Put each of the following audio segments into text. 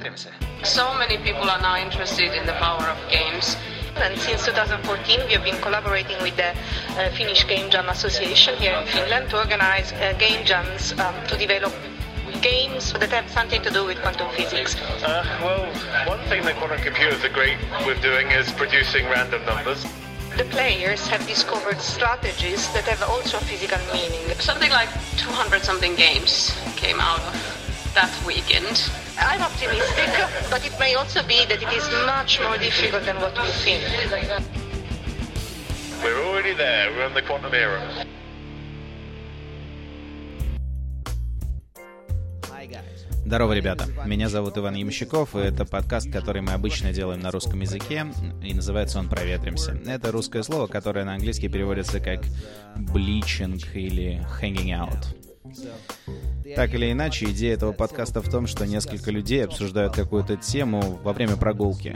Проветримся. So many people are now interested in the power of games. And since 2014 we have been collaborating with the Finnish Game Jam Association here in Finland to organize game jams to develop games that have something to do with quantum physics. Well, one thing that quantum computers are great with doing is producing random numbers. The players have discovered strategies that have also physical meaning. Something like 200-something games came out of that weekend. I'm optimistic, but it may also be that it is much more difficult than what we think. We're already there. We're in the quantum era. Здорово, ребята. Меня зовут Иван Ямщиков, и это подкаст, который мы обычно делаем на русском языке, и называется он «Проветримся». Это русское слово, которое на английский переводится как «bleaching» или «hanging out». Так или иначе, идея этого подкаста в том, что несколько людей обсуждают какую-то тему во время прогулки.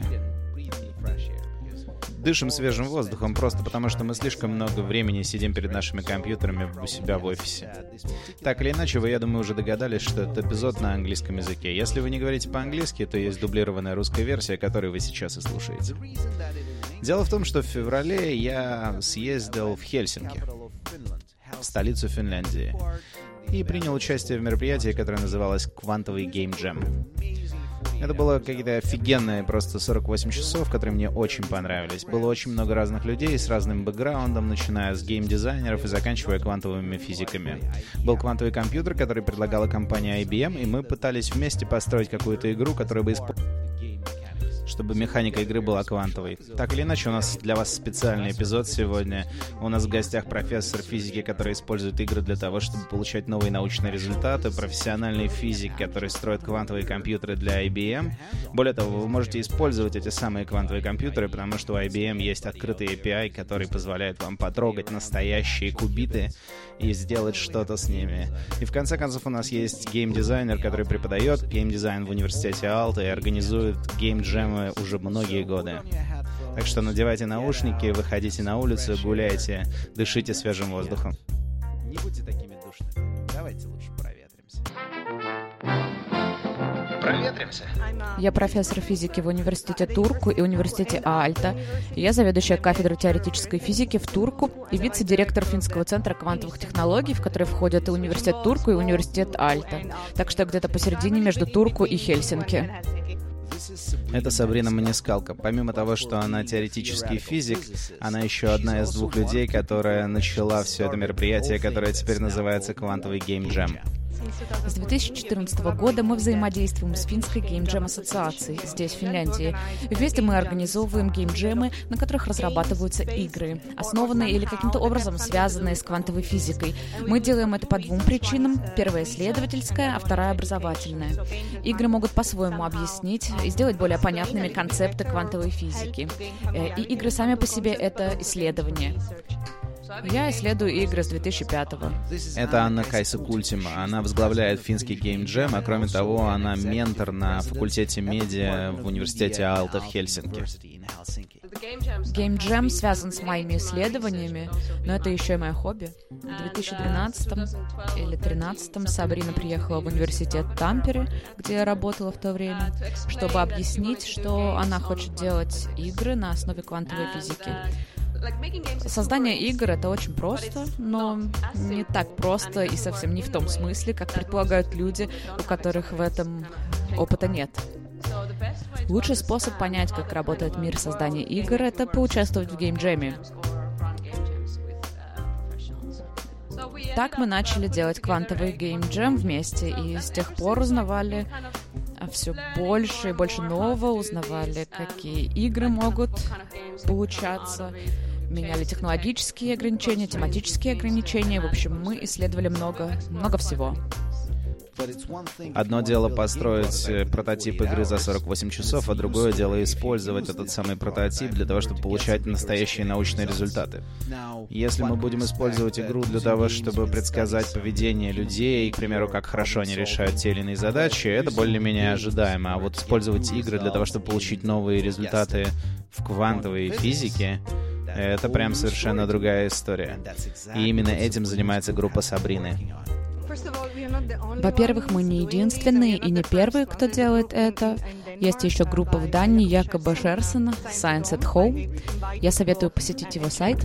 Дышим свежим воздухом просто потому, что мы слишком много времени сидим перед нашими компьютерами у себя в офисе. Так или иначе, вы, я думаю, уже догадались, что это эпизод на английском языке. Если вы не говорите по-английски, то есть дублированная русская версия, которую вы сейчас и слушаете. Дело в том, что в феврале я съездил в Хельсинки, в столицу Финляндии, и принял участие в мероприятии, которое называлось «Квантовый Game Jam». Это было какие-то офигенные просто 48 часов, которые мне очень понравились. Было очень много разных людей с разным бэкграундом, начиная с гейм-дизайнеров и заканчивая квантовыми физиками. Был квантовый компьютер, который предлагала компания IBM, и мы пытались вместе построить какую-то игру, которая бы чтобы механика игры была квантовой. Так или иначе, у нас для вас специальный эпизод сегодня. У нас в гостях профессор физики, который использует игры для того, чтобы получать новые научные результаты, профессиональный физик, который строит квантовые компьютеры для IBM. Более того, вы можете использовать эти самые квантовые компьютеры, потому что у IBM есть открытый API, который позволяет вам потрогать настоящие кубиты и сделать что-то с ними. И в конце концов у нас есть геймдизайнер, который преподает геймдизайн в университете Aalto и организует геймджемы уже многие годы. Так что надевайте наушники, выходите на улицу, гуляйте, дышите свежим воздухом. Не будьте такими душными. Давайте лучше проветримся. Проветримся. Я профессор физики в университете Турку и университете Аальта. Я заведующая кафедрой теоретической физики в Турку и вице-директор Финского центра квантовых технологий, в который входят и университет Турку, и университет Аальта. Так что где-то посередине между Турку и Хельсинки. Это Сабрина Манискалко. Помимо того, что она теоретический физик, она еще одна из двух людей, которая начала все это мероприятие, которое теперь называется «Квантовый Game Jam». С 2014 года мы взаимодействуем с Финской Game Jam Ассоциацией здесь, в Финляндии. Вместе мы организовываем геймджемы, на которых разрабатываются игры, основанные или каким-то образом связанные с квантовой физикой. Мы делаем это по двум причинам. Первая — исследовательская, а вторая — образовательная. Игры могут по-своему объяснить и сделать более понятными концепты квантовой физики. И игры сами по себе — это исследование. Я исследую игры с 2005-го. Это Анна Кайса Культима. Она возглавляет финский геймджем, а кроме того, она ментор на факультете медиа в университете Aalto в Хельсинки. Геймджем связан с моими исследованиями, но это еще и мое хобби. В 2012 или 2013 Сабрина приехала в университет Тампере, где я работала в то время, чтобы объяснить, что она хочет делать игры на основе квантовой физики. Создание игр — это очень просто, но не так просто и совсем не в том смысле, как предполагают люди, у которых в этом опыта нет. Лучший способ понять, как работает мир создания игр — это поучаствовать в геймджеме. Так мы начали делать квантовый геймджем вместе, и с тех пор узнавали все больше и больше нового, узнавали, какие игры могут получаться, меняли технологические ограничения, тематические ограничения. В общем, мы исследовали много всего. Одно дело построить прототип игры за 48 часов, а другое дело использовать этот самый прототип для того, чтобы получать настоящие научные результаты. Если мы будем использовать игру для того, чтобы предсказать поведение людей, к примеру, как хорошо они решают те или иные задачи, это более-менее ожидаемо. А вот использовать игры для того, чтобы получить новые результаты в квантовой физике, это прям совершенно другая история. И именно этим занимается группа Сабрины. Во-первых, мы не единственные и не первые, кто делает это. Есть еще группа в Дании Якоба Шерсона Science at Home. Я советую посетить его сайт.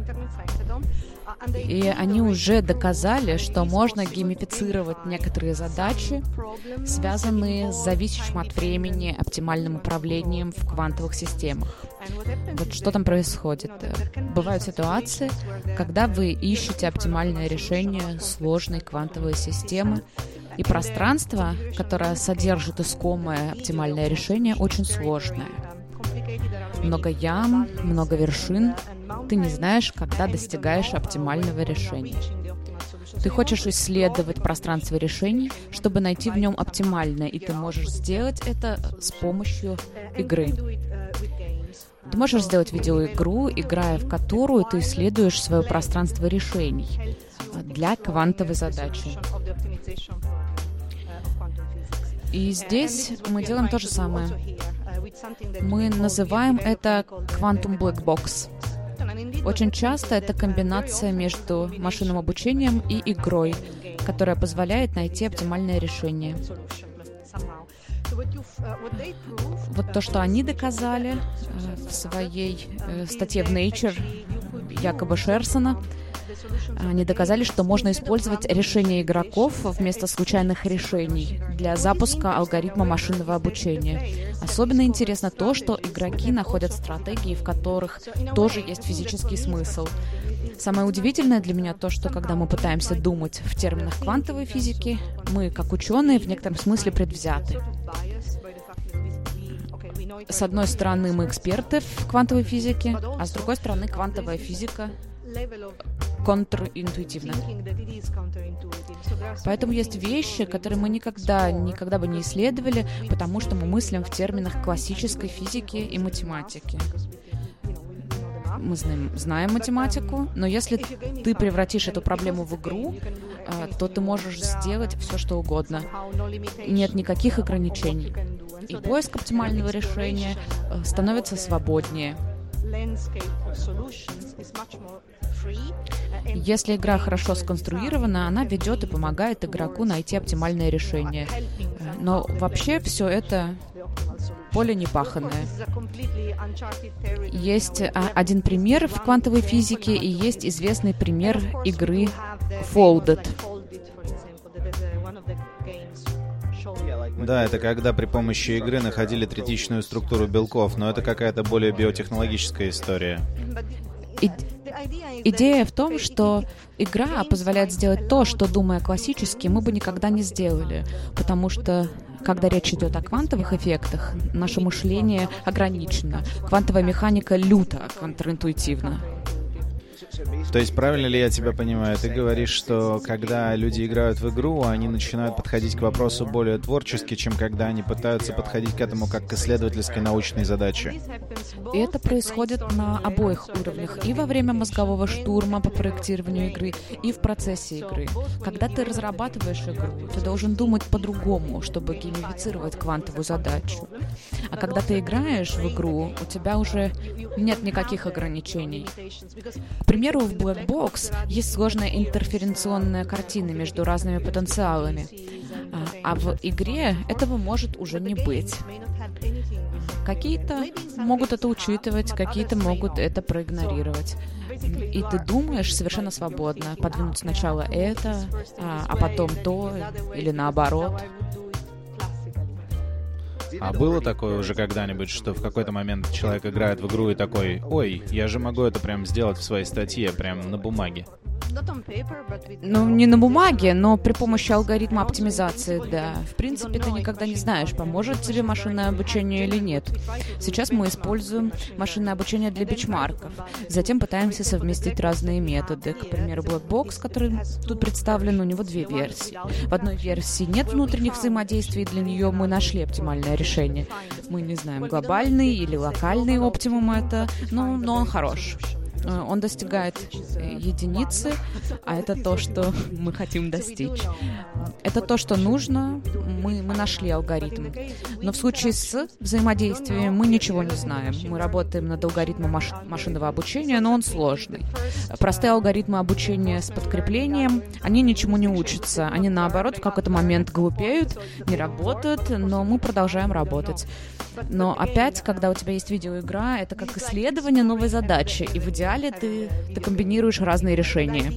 И они уже доказали, что можно геймифицировать некоторые задачи, связанные с зависящим от времени оптимальным управлением в квантовых системах. Вот что там происходит. Бывают ситуации, когда вы ищете оптимальное решение сложной квантовой системы, и пространство, которое содержит искомое оптимальное решение, очень сложное. Много ям, много вершин. Ты не знаешь, когда достигаешь оптимального решения. Ты хочешь исследовать пространство решений, чтобы найти в нем оптимальное, и ты можешь сделать это с помощью игры. Ты можешь сделать видеоигру, играя в которую ты исследуешь свое пространство решений для квантовой задачи. И здесь мы делаем то же самое. Мы называем это Quantum Black Box. Очень часто это комбинация между машинным обучением и игрой, которая позволяет найти оптимальное решение. Вот то, что они доказали в своей статье в Nature Якоба Шерсона, они доказали, что можно использовать решения игроков вместо случайных решений для запуска алгоритма машинного обучения. Особенно интересно то, что игроки находят стратегии, в которых тоже есть физический смысл. Самое удивительное для меня то, что когда мы пытаемся думать в терминах квантовой физики, мы, как ученые, в некотором смысле предвзяты. С одной стороны, мы эксперты в квантовой физике, а с другой стороны, квантовая физика контринтуитивна. Поэтому есть вещи, которые мы никогда бы не исследовали, потому что мы мыслим в терминах классической физики и математики. Мы знаем математику, но если ты превратишь эту проблему в игру, то ты можешь сделать все, что угодно. Нет никаких ограничений. И поиск оптимального решения становится свободнее. Если игра хорошо сконструирована, она ведет и помогает игроку найти оптимальное решение. Но вообще все это поле непаханное. Есть один пример в квантовой физике, и есть известный пример игры Folded. Да, это когда при помощи игры находили третичную структуру белков, но это какая-то более биотехнологическая история. Идея в том, что игра позволяет сделать то, что, думая классически, мы бы никогда не сделали, потому что, когда речь идет о квантовых эффектах, наше мышление ограничено. Квантовая механика люто контринтуитивна. То есть, правильно ли я тебя понимаю? Ты говоришь, что когда люди играют в игру, они начинают подходить к вопросу более творчески, чем когда они пытаются подходить к этому как к исследовательской научной задаче. И это происходит на обоих уровнях. И во время мозгового штурма по проектированию игры, и в процессе игры. Когда ты разрабатываешь игру, ты должен думать по-другому, чтобы геймифицировать квантовую задачу. А когда ты играешь в игру, у тебя уже нет никаких ограничений. К примеру, в Black Box есть сложная интерференционная картина между разными потенциалами. А в игре этого может уже не быть. Какие-то могут это учитывать, какие-то могут это проигнорировать. И ты думаешь совершенно свободно, подвинуть сначала это, а потом то, или наоборот. А было такое уже когда-нибудь, что в какой-то момент человек играет в игру и такой: «Ой, я же могу это прям сделать в своей статье, прям на бумаге». Ну, не на бумаге, но при помощи алгоритма оптимизации, да. В принципе, ты никогда не знаешь, поможет тебе машинное обучение или нет. Сейчас мы используем машинное обучение для бичмарков. Затем пытаемся совместить разные методы. К примеру, Black Box, который тут представлен, у него две версии. В одной версии нет внутренних взаимодействий, для нее мы нашли оптимальное решение. Мы не знаем, глобальный или локальный оптимум это, но он хорош. он достигает единицы, а это то, что мы хотим достичь. Это то, что нужно, мы нашли алгоритм. Но в случае с взаимодействием мы ничего не знаем. Мы работаем над алгоритмом машинного обучения, но он сложный. Простые алгоритмы обучения с подкреплением, они ничему не учатся. Они, наоборот, в какой-то момент глупеют, не работают, но мы продолжаем работать. Но опять, когда у тебя есть видеоигра, это как исследование новой задачи, и в идеале ты комбинируешь разные решения.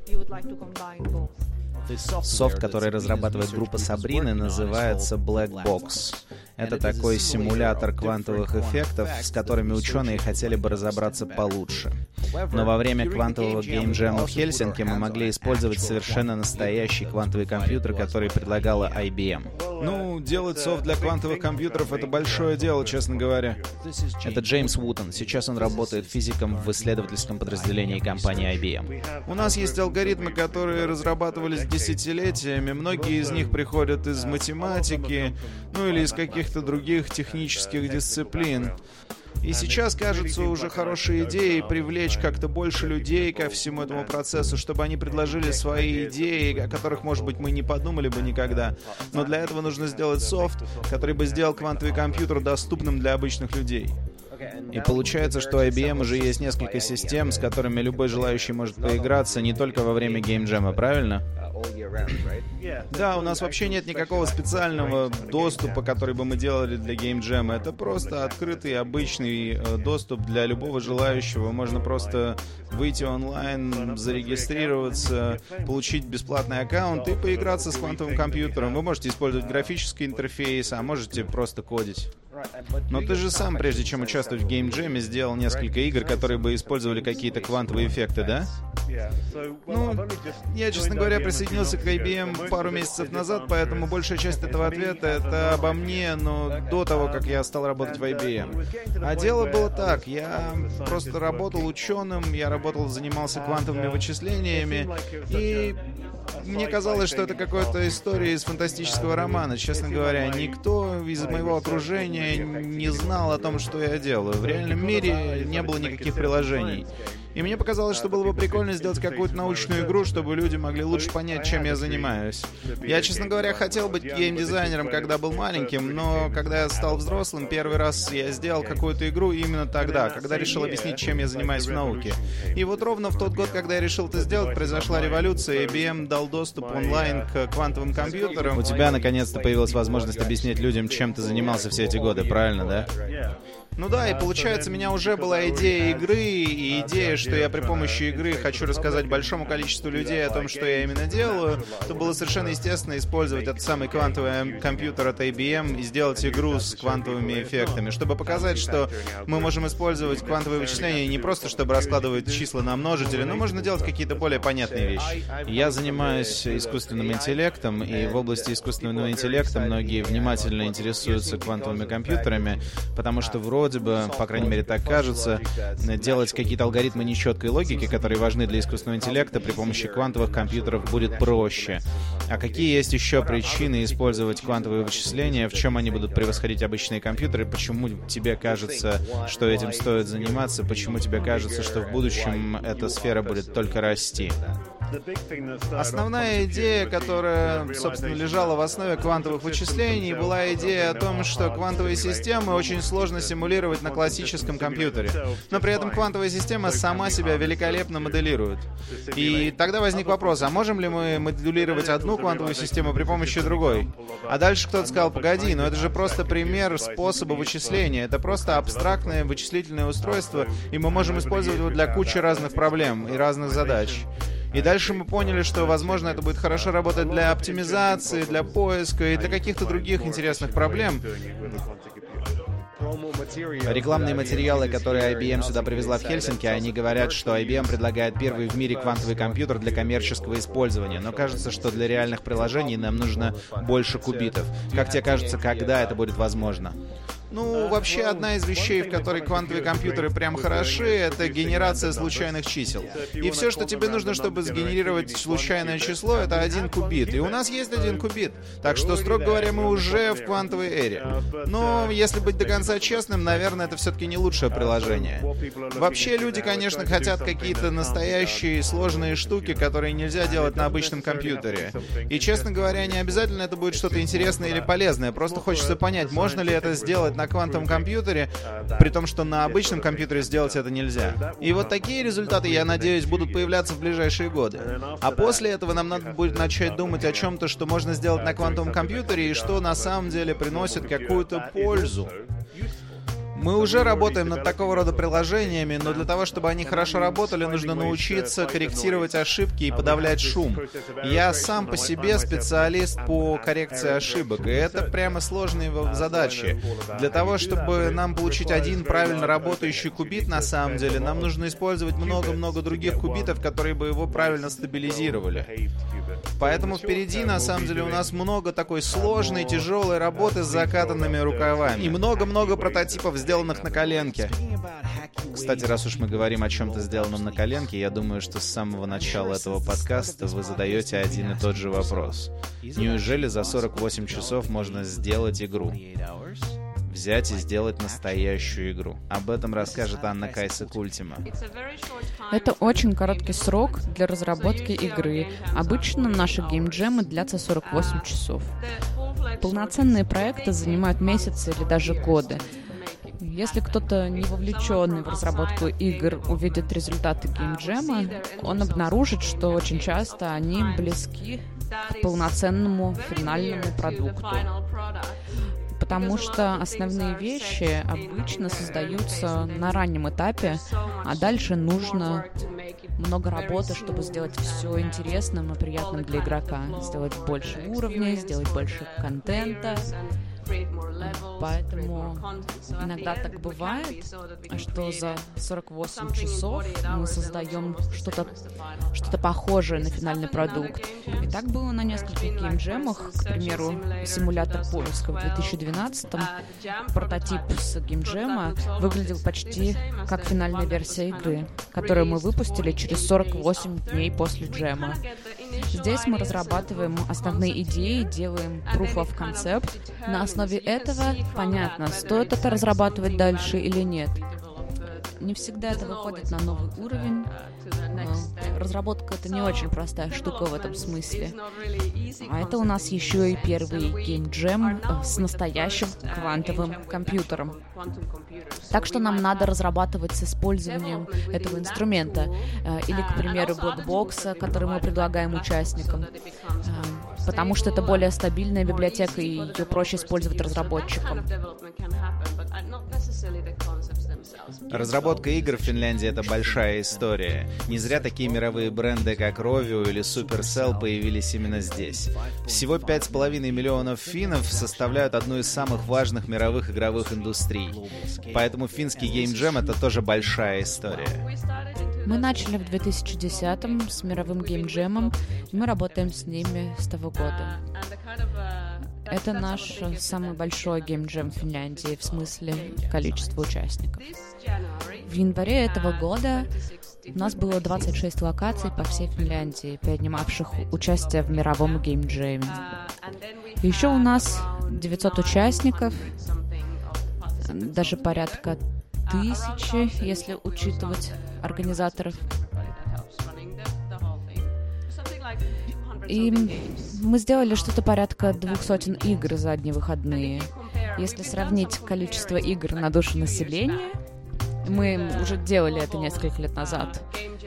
Софт, который разрабатывает группа Сабрины, называется Black Box. Это такой симулятор квантовых эффектов, с которыми ученые хотели бы разобраться получше. Но во время квантового геймджема в Хельсинки мы могли использовать совершенно настоящий квантовый компьютер, который предлагала IBM. Ну, делать софт для квантовых компьютеров — это большое дело, честно говоря. Это Джеймс Вутон. Сейчас он работает физиком в исследовательском подразделении компании IBM. У нас есть алгоритмы, которые разрабатывались десятилетиями. Многие из них приходят из математики, ну или из каких-то других технических дисциплин. И сейчас, кажется, уже хорошей идеей привлечь как-то больше людей ко всему этому процессу, чтобы они предложили свои идеи, о которых, может быть, мы не подумали бы никогда. Но для этого нужно сделать софт, который бы сделал квантовый компьютер доступным для обычных людей. И получается, что у IBM уже есть несколько систем, с которыми любой желающий может поиграться не только во время геймджема, правильно? Да, у нас вообще нет никакого специального доступа, который бы мы делали для геймджема. Это просто открытый, обычный доступ для любого желающего. Можно просто выйти онлайн, зарегистрироваться, получить бесплатный аккаунт и поиграться с квантовым компьютером. Вы можете использовать графический интерфейс, а можете просто кодить. Но ты же сам, прежде чем участвовать в геймджеме, сделал несколько игр, которые бы использовали какие-то квантовые эффекты, да? Ну, я, честно говоря, присоединился к IBM пару месяцев назад, поэтому большая часть этого ответа — это обо мне, но до того, как я стал работать в IBM. А дело было так, я просто работал ученым, я занимался квантовыми вычислениями, и мне казалось, что это какая-то история из фантастического романа. Честно говоря, никто из моего окружения не знал о том, что я делаю. В реальном мире не было никаких приложений. И мне показалось, что было бы прикольно сделать какую-то научную игру, чтобы люди могли лучше понять, чем я занимаюсь. Я, честно говоря, хотел быть геймдизайнером, когда был маленьким, но когда я стал взрослым, первый раз я сделал какую-то игру именно тогда, когда решил объяснить, чем я занимаюсь в науке. И вот ровно в тот год, когда я решил это сделать, произошла революция, и IBM дал доступ онлайн к квантовым компьютерам. У тебя, наконец-то, появилась возможность объяснить людям, чем ты занимался все эти годы, правильно, да? Ну да, и получается, у меня уже была идея игры, и идея, что я при помощи игры хочу рассказать большому количеству людей о том, что я именно делаю, то было совершенно естественно использовать этот самый квантовый компьютер от IBM и сделать игру с квантовыми эффектами, чтобы показать, что мы можем использовать квантовые вычисления не просто, чтобы раскладывать числа на множители, но можно делать какие-то более понятные вещи. Я занимаюсь искусственным интеллектом, и в области искусственного интеллекта многие внимательно интересуются квантовыми компьютерами, потому что вроде бы, по крайней мере так кажется, делать какие-то алгоритмы нечеткой логики, которые важны для искусственного интеллекта, при помощи квантовых компьютеров будет проще. А какие есть еще причины использовать квантовые вычисления, в чем они будут превосходить обычные компьютеры, почему тебе кажется, что этим стоит заниматься, почему тебе кажется, что в будущем эта сфера будет только расти? Основная идея, которая, собственно, лежала в основе квантовых вычислений, была идея о том, что квантовые системы очень сложно симулировать на классическом компьютере. Но при этом квантовая система сама себя великолепно моделирует. И тогда возник вопрос, а можем ли мы моделировать одну квантовую систему при помощи другой? А дальше кто-то сказал, погоди, но это же просто пример способа вычисления. Это просто абстрактное вычислительное устройство, и мы можем использовать его для кучи разных проблем и разных задач. И дальше мы поняли, что, возможно, это будет хорошо работать для оптимизации, для поиска и для каких-то других интересных проблем. Рекламные материалы, которые IBM сюда привезла в Хельсинки, они говорят, что IBM предлагает первый в мире квантовый компьютер для коммерческого использования. Но кажется, что для реальных приложений нам нужно больше кубитов. Как тебе кажется, когда это будет возможно? Ну, вообще, одна из вещей, в которой квантовые компьютеры прям хороши, это генерация случайных чисел. И все, что тебе нужно, чтобы сгенерировать случайное число, это 1 кубит. И у нас есть 1 кубит. Так что, строго говоря, мы уже в квантовой эре. Но, если быть до конца честным, наверное, это все-таки не лучшее приложение. Вообще, люди, конечно, хотят какие-то настоящие сложные штуки, которые нельзя делать на обычном компьютере. И, честно говоря, не обязательно это будет что-то интересное или полезное. Просто хочется понять, можно ли это сделать на квантовом компьютере, при том, что на обычном компьютере сделать это нельзя. И вот такие результаты, я надеюсь, будут появляться в ближайшие годы. А после этого нам надо будет начать думать о чем-то, что можно сделать на квантовом компьютере и что на самом деле приносит какую-то пользу. Мы уже работаем над такого рода приложениями, но для того, чтобы они хорошо работали, нужно научиться корректировать ошибки и подавлять шум. Я сам по себе специалист по коррекции ошибок, и это прямо сложные задачи. Для того, чтобы нам получить 1 правильно работающий кубит, на самом деле, нам нужно использовать много-много других кубитов, которые бы его правильно стабилизировали. Поэтому впереди, на самом деле, у нас много такой сложной, тяжелой работы с закатанными рукавами. И много-много прототипов, сделанных на коленке. Кстати, раз уж мы говорим о чем-то сделанном на коленке, я думаю, что с самого начала этого подкаста вы задаете один и тот же вопрос. Неужели за 48 часов можно сделать игру? Взять и сделать настоящую игру. Об этом расскажет Анна Кайсак Ультима. Это очень короткий срок для разработки игры. Обычно наши геймджемы длятся 48 часов. Полноценные проекты занимают месяцы или даже годы. Если кто-то не вовлеченный в разработку игр увидит результаты геймджема, он обнаружит, что очень часто они близки к полноценному финальному продукту. Потому что основные вещи обычно создаются на раннем этапе, а дальше нужно много работы, чтобы сделать все интересным и приятным для игрока. Сделать больше уровней, сделать больше контента. Поэтому иногда так бывает, что за 48 часов мы создаем что-то похожее на финальный продукт. И так было на нескольких геймджемах. К примеру, симулятор поиска в 2012-м. Прототип с геймджема выглядел почти как финальная версия игры, которую мы выпустили через 48 дней после джема. Здесь мы разрабатываем основные идеи, делаем proof of concept. На основе этого понятно, стоит это разрабатывать дальше или нет. Не всегда это выходит на новый уровень. Разработка — это не очень простая штука в этом смысле. А это у нас еще и первый геймджем с настоящим квантовым компьютером. Так что нам надо разрабатывать с использованием этого инструмента. Или, к примеру, блэкбокса, который мы предлагаем участникам. Потому что это более стабильная библиотека, и ее проще использовать разработчикам. Разработка игр в Финляндии — это большая история. Не зря такие мировые бренды, как Rovio или Supercell, появились именно здесь. Всего 5,5 миллионов финнов составляют одну из самых важных мировых игровых индустрий. Поэтому финский геймджем — это тоже большая история. Мы начали в 2010-м с мировым геймджемом, и мы работаем с ними с того года. Это наш самый большой геймджем в Финляндии в смысле количества участников. В январе этого года у нас было 26 локаций по всей Финляндии, принимавших участие в мировом геймджеме. Еще у нас 900 участников, даже порядка 1000, если учитывать организаторов. И мы сделали что-то порядка 200 игр за одни выходные. Если сравнить количество игр на душу населения, мы уже делали это несколько лет назад,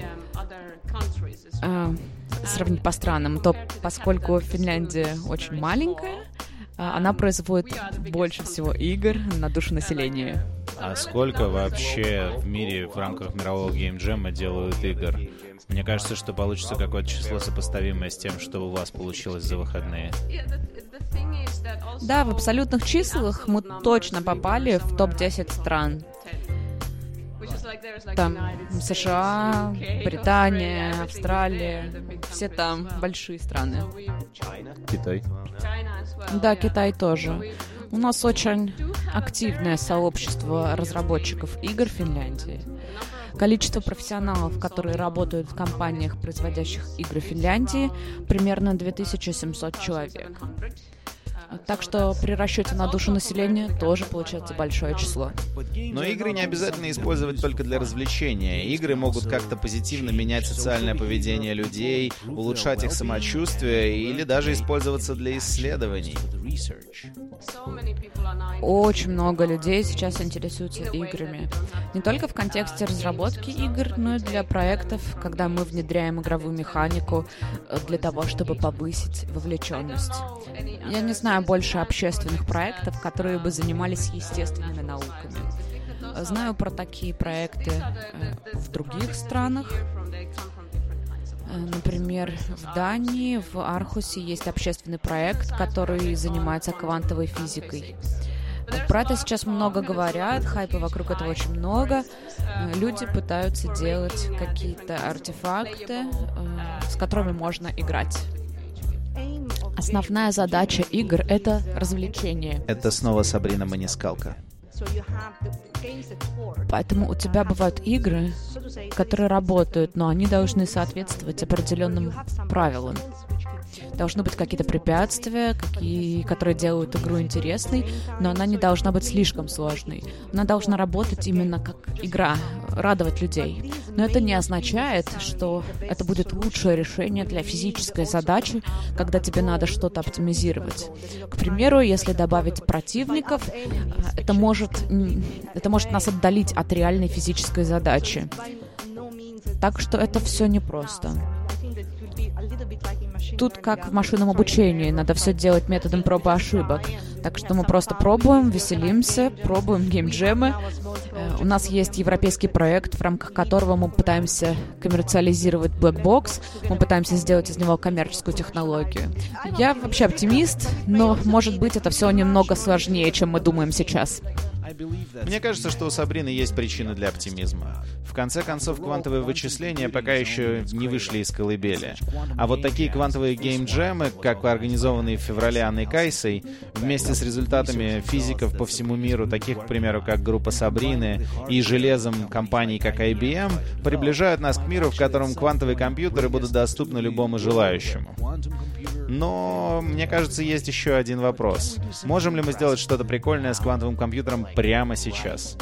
сравнить по странам, то поскольку Финляндия очень маленькая, она производит больше всего игр на душу населения. А сколько вообще в мире в рамках мирового геймджема делают игр? Мне кажется, что получится какое-то число сопоставимое с тем, что у вас получилось за выходные. Да, в абсолютных числах мы точно попали в топ-10 стран. Там США, Британия, Австралия, все там большие страны. Китай. Да, Китай тоже. У нас очень активное сообщество разработчиков игр в Финляндии. Количество профессионалов, которые работают в компаниях, производящих игры в Финляндии, примерно 2700 человек. Так что при расчете на душу населения тоже получается большое число. Но игры не обязательно использовать только для развлечения. Игры могут как-то позитивно менять социальное поведение людей, улучшать их самочувствие или даже использоваться для исследований. Очень много людей сейчас интересуются играми. Не только в контексте разработки игр, но и для проектов, когда мы внедряем игровую механику для того, чтобы повысить вовлеченность. Я не знаю больше общественных проектов, которые бы занимались естественными науками. Знаю про такие проекты в других странах. Например, в Дании, в Архусе есть общественный проект, который занимается квантовой физикой. Про это сейчас много говорят, хайпа вокруг этого очень много. Люди пытаются делать какие-то артефакты, с которыми можно играть. Основная задача игр — это развлечение. Это снова Сабрина Манискалка. Поэтому у тебя бывают игры, которые работают, но они должны соответствовать определенным правилам. Должны быть какие-то препятствия, которые делают игру интересной, но она не должна быть слишком сложной. Она должна работать именно как игра, радовать людей. Но это не означает, что это будет лучшее решение для физической задачи, когда тебе надо что-то оптимизировать. К примеру, если добавить противников, это может нас отдалить от реальной физической задачи. Так что это все непросто. Тут как в машинном обучении, надо все делать методом проб и ошибок. Так что мы просто пробуем, веселимся, пробуем геймджемы. У нас есть европейский проект, в рамках которого мы пытаемся коммерциализировать Black Box, мы пытаемся сделать из него коммерческую технологию. Я вообще оптимист, но, может быть, это все немного сложнее, чем мы думаем сейчас. Мне кажется, что у Сабрины есть причины для оптимизма. В конце концов, квантовые вычисления пока еще не вышли из колыбели. А вот такие квантовые геймджемы, как организованные в феврале Анной Кайсой, вместе с результатами физиков по всему миру, таких, к примеру, как группа Сабрины, и железом компаний, как IBM, приближают нас к миру, в котором квантовые компьютеры будут доступны любому желающему. Но, мне кажется, есть еще один вопрос. Можем ли мы сделать что-то прикольное с квантовым компьютером прямо сейчас?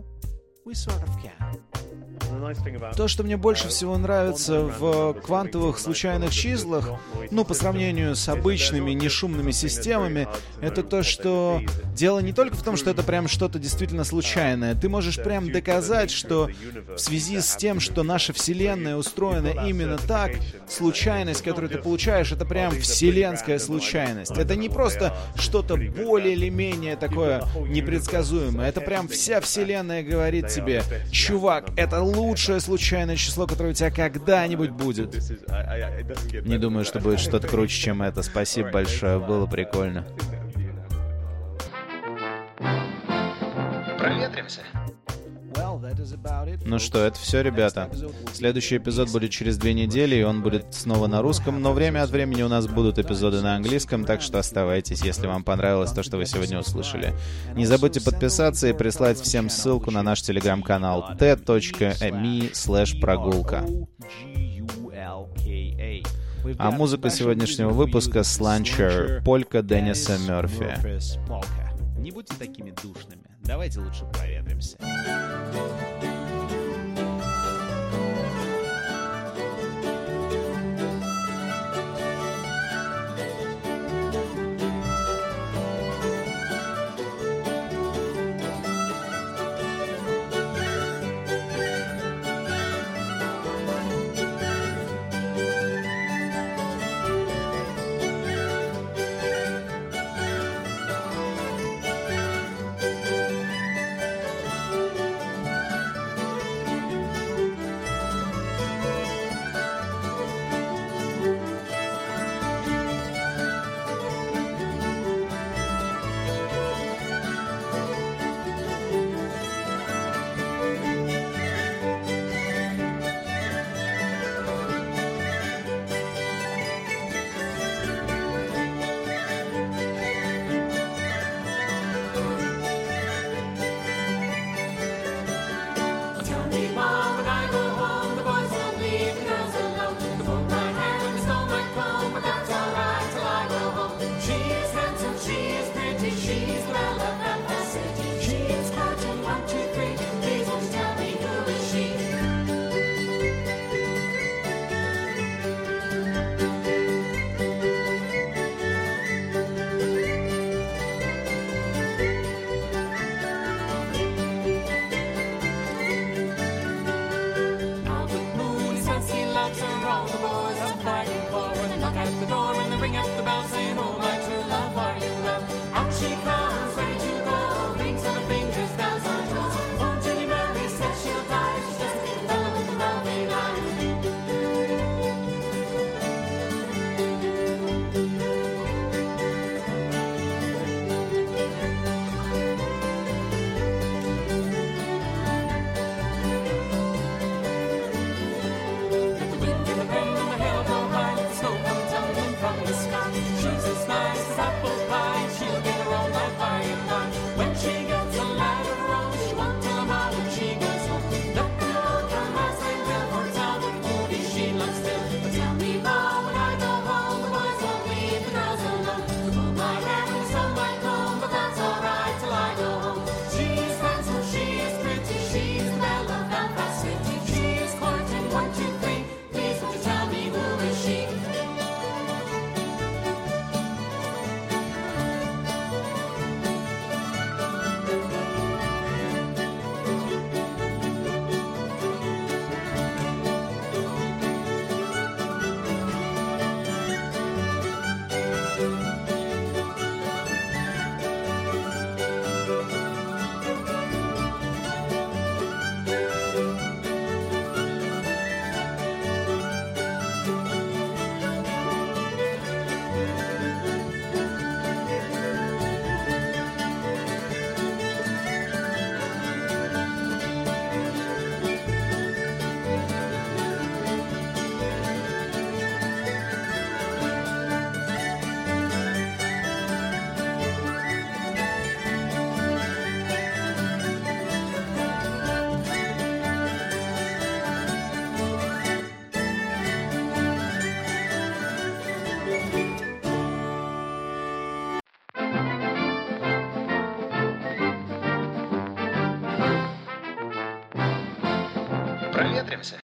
То, что мне больше всего нравится в квантовых случайных числах, по сравнению с обычными нешумными системами, это то, что дело не только в том, что это прям что-то действительно случайное. Ты можешь прям доказать, что в связи с тем, что наша Вселенная устроена именно так, случайность, которую ты получаешь, это прям вселенская случайность. Это не просто что-то более или менее такое непредсказуемое. Это прям вся Вселенная говорит тебе: чувак, это лучшее случайное число, которое у тебя когда-нибудь будет. Не думаю, что будет что-то круче, чем это. Спасибо большое, было прикольно. Проветримся. Ну что, это все, ребята. Следующий эпизод будет через 2 недели, и он будет снова на русском, но время от времени у нас будут эпизоды на английском, так что оставайтесь, если вам понравилось то, что вы сегодня услышали. Не забудьте подписаться и прислать всем ссылку на наш телеграм-канал t.me/прогулка. А музыка сегодняшнего выпуска Sluncher, полька Денниса Мерфи. Не будьте такими душными. Давайте лучше проветримся. проветримся.